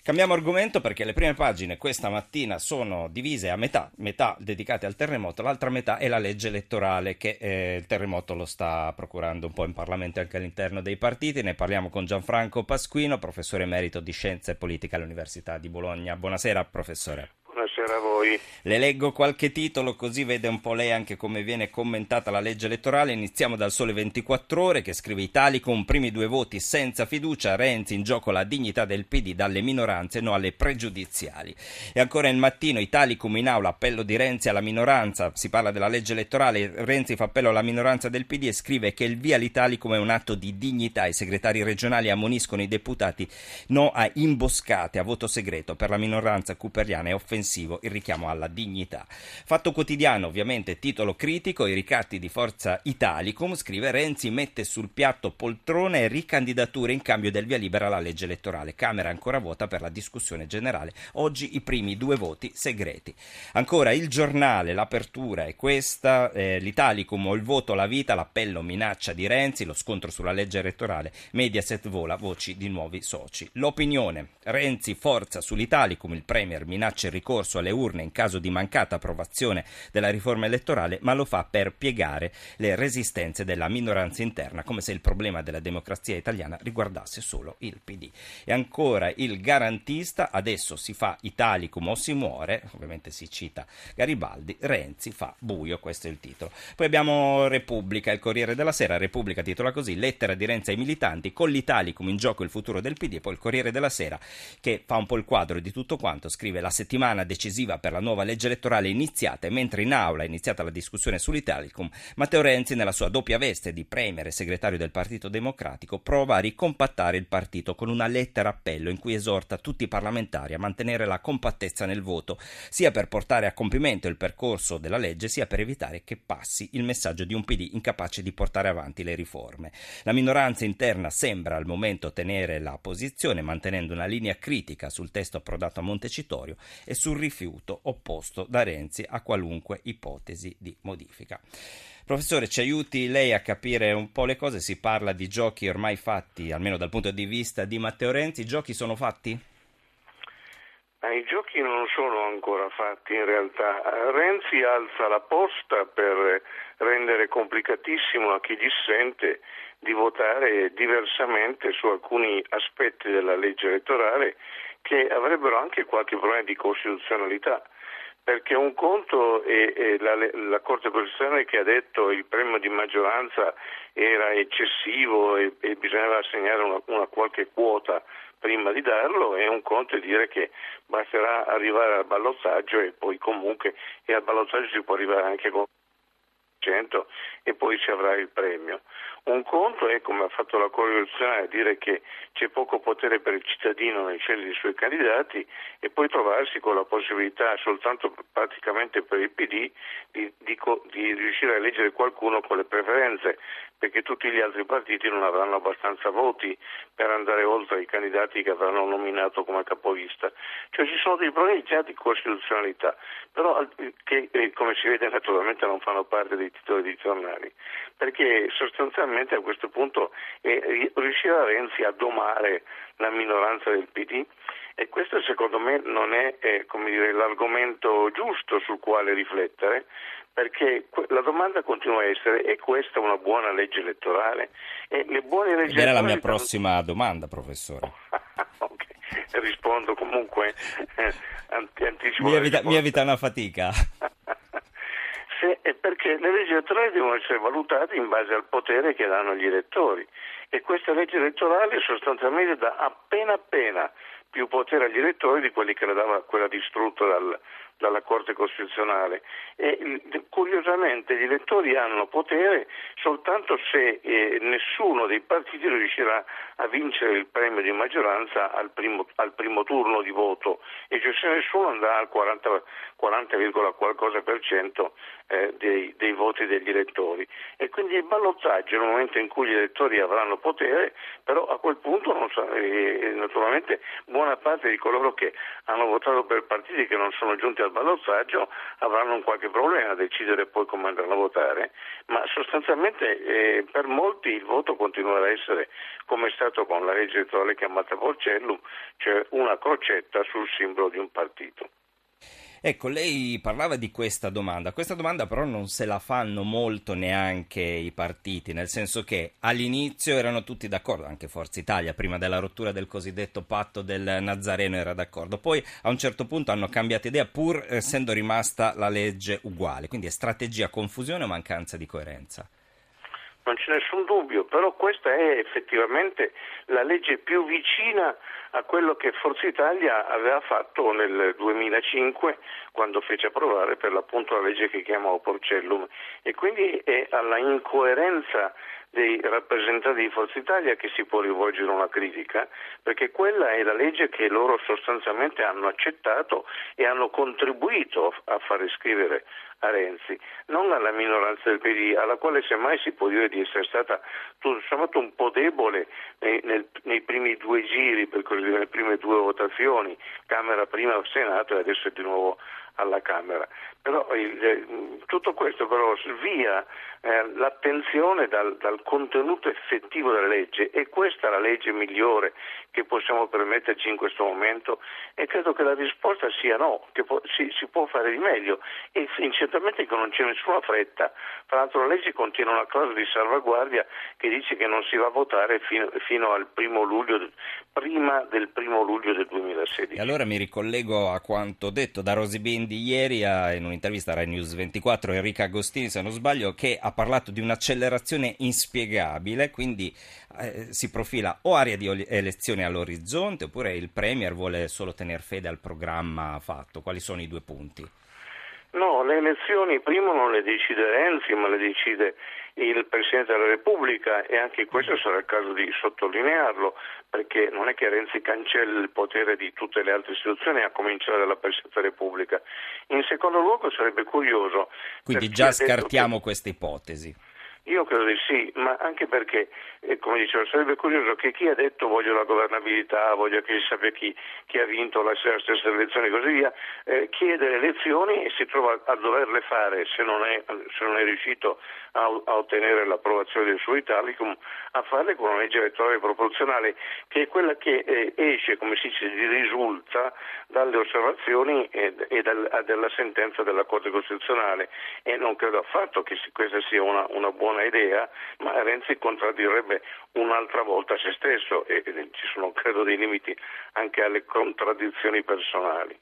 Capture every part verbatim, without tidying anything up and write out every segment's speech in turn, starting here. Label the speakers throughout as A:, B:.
A: Cambiamo argomento perché le prime pagine questa mattina sono divise a metà, metà dedicate al terremoto, l'altra metà è la legge elettorale che eh, il terremoto lo sta procurando un po' in Parlamento e anche all'interno dei partiti. Ne parliamo con Gianfranco Pasquino, professore emerito di Scienze e Politica all'Università di Bologna. Buonasera professore.
B: Buonasera a voi.
A: Le leggo qualche titolo così vede un po' lei anche come viene commentata la legge elettorale. Iniziamo dal Sole ventiquattro Ore che scrive: Italicum, primi due voti senza fiducia, Renzi in gioco la dignità del P D dalle minoranze, no alle pregiudiziali. E ancora Il Mattino, Italicum in aula, appello di Renzi alla minoranza, si parla della legge elettorale, Renzi fa appello alla minoranza del P D e scrive che il via all'Italicum è un atto di dignità. I segretari regionali ammoniscono i deputati no a imboscate a voto segreto, per la minoranza cooperliana è offensivo il richiamo alla dignità. Fatto Quotidiano, ovviamente titolo critico, i ricatti di Forza Italicum, scrive: Renzi mette sul piatto poltrone e ricandidature in cambio del via libera alla legge elettorale, Camera ancora vuota per la discussione generale, oggi i primi due voti segreti. Ancora Il Giornale, l'apertura è questa, eh, l'Italicum o il voto alla vita, l'appello minaccia di Renzi, lo scontro sulla legge elettorale, Mediaset vola, voci di nuovi soci. L'Opinione, Renzi forza sull'Italicum, il Premier minaccia il ricorso alle urne in caso di mancata approvazione della riforma elettorale, ma lo fa per piegare le resistenze della minoranza interna, come se il problema della democrazia italiana riguardasse solo il P D. E ancora Il Garantista, adesso si fa Italicum o si muore, ovviamente si cita Garibaldi, Renzi fa buio, questo è il titolo. Poi abbiamo Repubblica, il Corriere della Sera, Repubblica titola così: lettera di Renzi ai militanti, con l'Italicum in gioco il futuro del P D. Poi il Corriere della Sera, che fa un po' il quadro di tutto quanto, scrive: la settimana decisiva per la nuova legge elettorale iniziata, e mentre in aula è iniziata la discussione sull'Italicum, Matteo Renzi, nella sua doppia veste di premier e segretario del Partito Democratico, prova a ricompattare il partito con una lettera appello in cui esorta tutti i parlamentari a mantenere la compattezza nel voto, sia per portare a compimento il percorso della legge, sia per evitare che passi il messaggio di un P D incapace di portare avanti le riforme. La minoranza interna sembra al momento tenere la posizione, mantenendo una linea critica sul testo approdato a Montecitorio e sul rifiuto opposto da Renzi a qualunque ipotesi di modifica. Professore, ci aiuti lei a capire un po' le cose? Si parla di giochi ormai fatti, almeno dal punto di vista di Matteo Renzi. I giochi sono fatti?
B: Ma i giochi non sono ancora fatti in realtà. Renzi alza la posta per rendere complicatissimo a chi dissente di votare diversamente su alcuni aspetti della legge elettorale che avrebbero anche qualche problema di costituzionalità, perché un conto è, è la, la Corte Costituzionale che ha detto il premio di maggioranza era eccessivo e, e bisognava assegnare una, una qualche quota prima di darlo, e un conto è dire che basterà arrivare al ballottaggio e poi comunque e al ballottaggio si può arrivare anche con cento e poi si avrà il premio. Un conto è, come ha fatto la Corte Costituzionale, dire che c'è poco potere per il cittadino nel scegliere i suoi candidati e poi trovarsi con la possibilità soltanto praticamente per il P D di, di, di riuscire a eleggere qualcuno con le preferenze, perché tutti gli altri partiti non avranno abbastanza voti per andare oltre i candidati che avranno nominato come capolista. Cioè ci sono dei problemi già di costituzionalità, però che come si vede naturalmente non fanno parte dei titoli dei giornali, perché sostanzialmente a questo punto è riuscirà Renzi a domare la minoranza del P D, e questo secondo me non è eh, come dire, l'argomento giusto sul quale riflettere, perché la domanda continua a essere: è questa una buona legge elettorale? E le buone leggi
A: Era
B: elettorali...
A: la mia prossima domanda, professore.
B: Ok, rispondo comunque, eh, anticipo.
A: Mi evita, mi evita una fatica.
B: Se, è perché le leggi elettorali devono essere valutate in base al potere che danno gli elettori, e questa legge elettorale sostanzialmente dà appena appena più potere agli elettori di quelli che la dava quella distrutta dal, dalla Corte Costituzionale, e curiosamente gli elettori hanno potere soltanto se eh, nessuno dei partiti riuscirà a vincere il premio di maggioranza al primo, al primo turno di voto, e cioè se nessuno andrà al quaranta, quaranta, qualcosa per cento eh, dei, dei voti degli elettori, e quindi il ballottaggio nel momento in cui gli elettori avranno potere, però a quel punto non sa, eh, naturalmente buona buona parte di coloro che hanno votato per partiti che non sono giunti al ballottaggio avranno un qualche problema a decidere poi come andranno a votare, ma sostanzialmente eh, per molti il voto continuerà a essere come è stato con la legge elettorale chiamata Porcellum, cioè una crocetta sul simbolo di un partito.
A: Ecco, lei parlava di questa domanda. Questa domanda però non se la fanno molto neanche i partiti, nel senso che all'inizio erano tutti d'accordo, anche Forza Italia, prima della rottura del cosiddetto patto del Nazareno era d'accordo. Poi a un certo punto hanno cambiato idea pur essendo rimasta la legge uguale. Quindi è strategia, confusione o mancanza di coerenza?
B: Non c'è nessun dubbio, però questa è effettivamente la legge più vicina a quello che Forza Italia aveva fatto nel duemilacinque quando fece approvare per l'appunto la legge che chiamavo Porcellum, e quindi è alla incoerenza dei rappresentanti di Forza Italia che si può rivolgere una critica, perché quella è la legge che loro sostanzialmente hanno accettato e hanno contribuito a far iscrivere a Renzi, non alla minoranza del P D, alla quale semmai si può dire di essere stata tutto sommato un po' debole nei, nel, nei primi due giri, per così dire, nelle prime due votazioni, Camera prima al Senato e adesso è di nuovo alla Camera. Però il, tutto questo però svia eh, l'attenzione dal, dal contenuto effettivo della legge, e questa è la legge migliore che possiamo permetterci in questo momento, e credo che la risposta sia no, che po- si, si può fare di meglio, e certamente che non c'è nessuna fretta. Tra l'altro la legge contiene una clausola di salvaguardia che dice che non si va a votare fino, fino al primo luglio, prima del primo luglio del duemilasedici.
A: E allora mi ricollego a quanto detto da Rosy Bindi ieri a, in un'intervista a Rai News ventiquattro, Enrica Agostini se non sbaglio, che ha parlato di un'accelerazione inspiegabile, quindi eh, si profila o area di elezioni all'orizzonte oppure il Premier vuole solo tener fede al programma fatto. Quali sono i due punti?
B: No, le elezioni prima non le decide Renzi, ma le decide il Presidente della Repubblica, e anche questo sarà il caso di sottolinearlo, perché non è che Renzi cancelli il potere di tutte le altre istituzioni, a cominciare dalla Presidenza della Repubblica. In secondo luogo sarebbe curioso...
A: Quindi già scartiamo questa ipotesi.
B: Io credo di sì, ma anche perché, eh, come dicevo, sarebbe curioso che chi ha detto voglio la governabilità, voglio che si sappia chi, chi ha vinto la stessa elezione e così via, eh, chiede le elezioni e si trova a doverle fare, se non è, se non è riuscito a, a ottenere l'approvazione del suo Italicum, a farle con una legge elettorale proporzionale, che è quella che eh, esce, come si dice, risulta dalle osservazioni e, e dal, dalla sentenza della Corte Costituzionale, e non credo affatto che questa sia una, una buona idea, ma Renzi contraddirebbe un'altra volta se stesso, e ci sono credo dei limiti anche alle contraddizioni personali.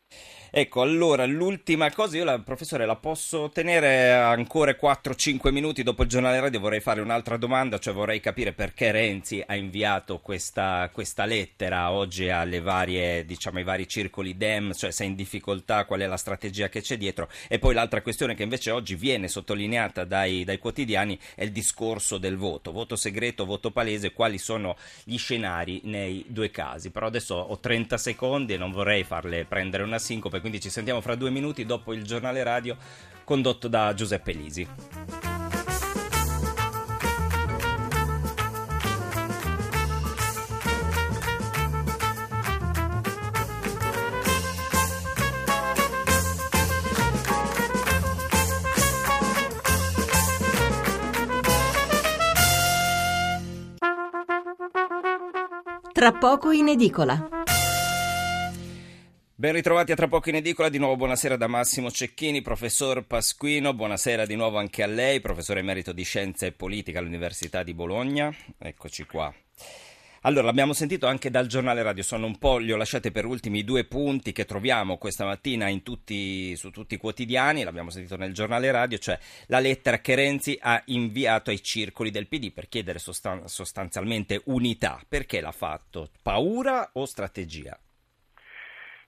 A: Ecco, allora, l'ultima cosa, io la, professore, la posso tenere ancora quattro cinque minuti dopo il giornale radio, vorrei fare un'altra domanda, cioè vorrei capire perché Renzi ha inviato questa, questa lettera oggi alle varie, diciamo, ai vari circoli Dem, cioè se è in difficoltà, qual è la strategia che c'è dietro, e poi l'altra questione che invece oggi viene sottolineata dai, dai quotidiani è il discorso del voto, voto segreto, voto palese, quali sono gli scenari nei due casi, però adesso ho trenta secondi e non vorrei farle prendere una sincope, quindi ci sentiamo fra due minuti dopo il giornale radio condotto da Giuseppe Lisi.
C: Tra poco in edicola.
A: Ben ritrovati a Tra poco in edicola, di nuovo buonasera da Massimo Cecchini, professor Pasquino, buonasera di nuovo anche a lei, professore emerito di Scienza e Politica all'Università di Bologna, eccoci qua. Allora, l'abbiamo sentito anche dal giornale radio, sono un po', li ho lasciati per ultimi i due punti che troviamo questa mattina in tutti, su tutti i quotidiani, l'abbiamo sentito nel giornale radio, cioè la lettera che Renzi ha inviato ai circoli del P D per chiedere sostan- sostanzialmente unità. Perché l'ha fatto? Paura o strategia?
B: Ma c'è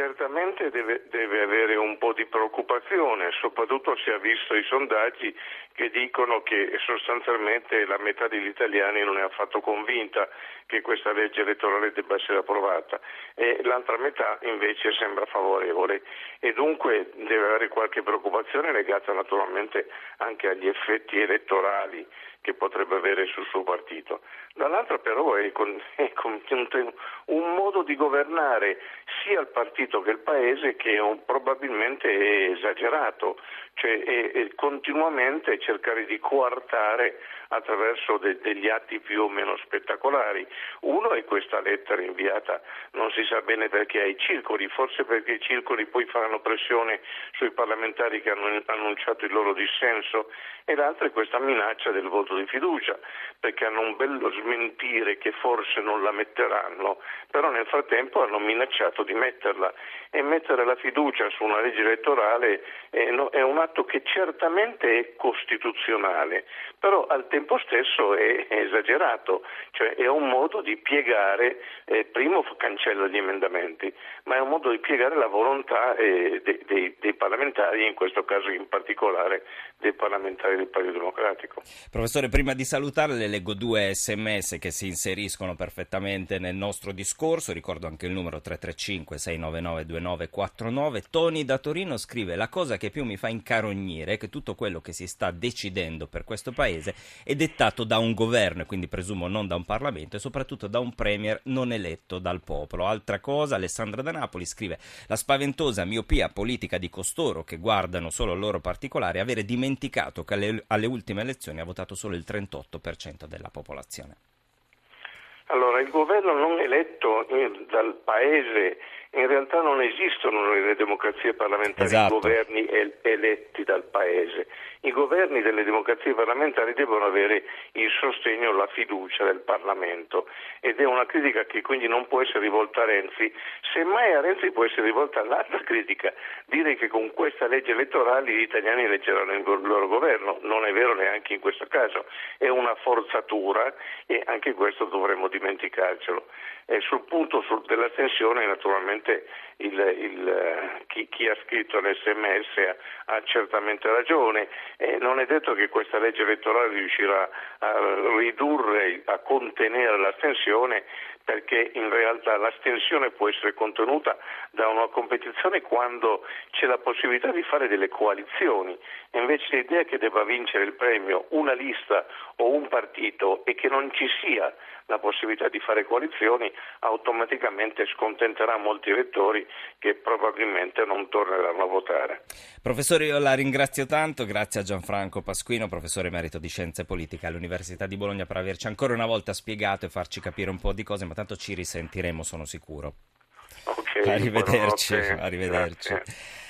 B: certamente deve, deve avere un po' di preoccupazione, soprattutto se ha visto i sondaggi che dicono che sostanzialmente la metà degli italiani non è affatto convinta che questa legge elettorale debba essere approvata e l'altra metà invece sembra favorevole e dunque deve avere qualche preoccupazione legata naturalmente anche agli effetti elettorali che potrebbe avere sul suo partito. Dall'altra però è, con, è con, un modo di governare sia il partito che il paese che è un, probabilmente è esagerato, cioè è, è continuamente cercare di coartare attraverso de, degli atti più o meno spettacolari. Uno è questa lettera inviata, non si sa bene perché ai circoli, forse perché i circoli poi faranno pressione sui parlamentari che hanno annunciato il loro dissenso, e l'altra è questa minaccia del voto di fiducia, perché hanno un bello smentire che forse non la metteranno, però nel frattempo hanno minacciato di metterla, e mettere la fiducia su una legge elettorale è, no, è un atto che certamente è costituzionale, però al tempo stesso è, è esagerato, cioè è un modo di piegare, eh, primo cancella gli emendamenti, ma è un modo di piegare la volontà eh, dei, dei, dei parlamentari, in questo caso in particolare dei parlamentari del Partito Democratico.
A: Professore, prima di salutarle le leggo due sms che si inseriscono perfettamente nel nostro discorso, ricordo anche il numero tre tre cinque sei nove nove due nove quattro nove. Tony da Torino scrive: la cosa che più mi fa incarognire è che tutto quello che si sta decidendo per questo paese è dettato da un governo, e quindi presumo non da un Parlamento, e soprattutto da un premier non eletto dal popolo. Altra cosa, Alessandra da Napoli scrive: la spaventosa miopia politica di costoro che guardano solo il loro particolare, avere dimenticato che alle, alle ultime elezioni ha votato solo il trentotto per cento della popolazione.
B: Allora, il governo non eletto dal Paese, in realtà non esistono nelle democrazie parlamentari
A: esatto.
B: governi el- eletti dal Paese. I governi delle democrazie parlamentari devono avere il sostegno, la fiducia del Parlamento, ed è una critica che quindi non può essere rivolta a Renzi. Semmai a Renzi può essere rivolta l'altra critica, dire che con questa legge elettorale gli italiani eleggeranno il loro governo. Non è vero neanche in questo caso, è una forzatura e anche questo dovremmo dimenticarcelo. E sul punto sul, dell'astensione naturalmente il, il, chi, chi ha scritto l'S M S ha, ha certamente ragione, e non è detto che questa legge elettorale riuscirà a ridurre, a contenere l'astensione, perché in realtà l'astensione può essere contenuta da una competizione quando c'è la possibilità di fare delle coalizioni, e invece l'idea che debba vincere il premio una lista o un partito e che non ci sia la possibilità di fare coalizioni automaticamente scontenterà molti elettori che probabilmente non torneranno a votare.
A: Professore, io la ringrazio tanto, grazie a Gianfranco Pasquino, professore emerito di Scienze Politiche all'Università di Bologna, per averci ancora una volta spiegato e farci capire un po' di cose, ma tanto ci risentiremo, sono sicuro.
B: Ok,
A: Arrivederci,
B: buonanotte.
A: arrivederci.
B: Grazie.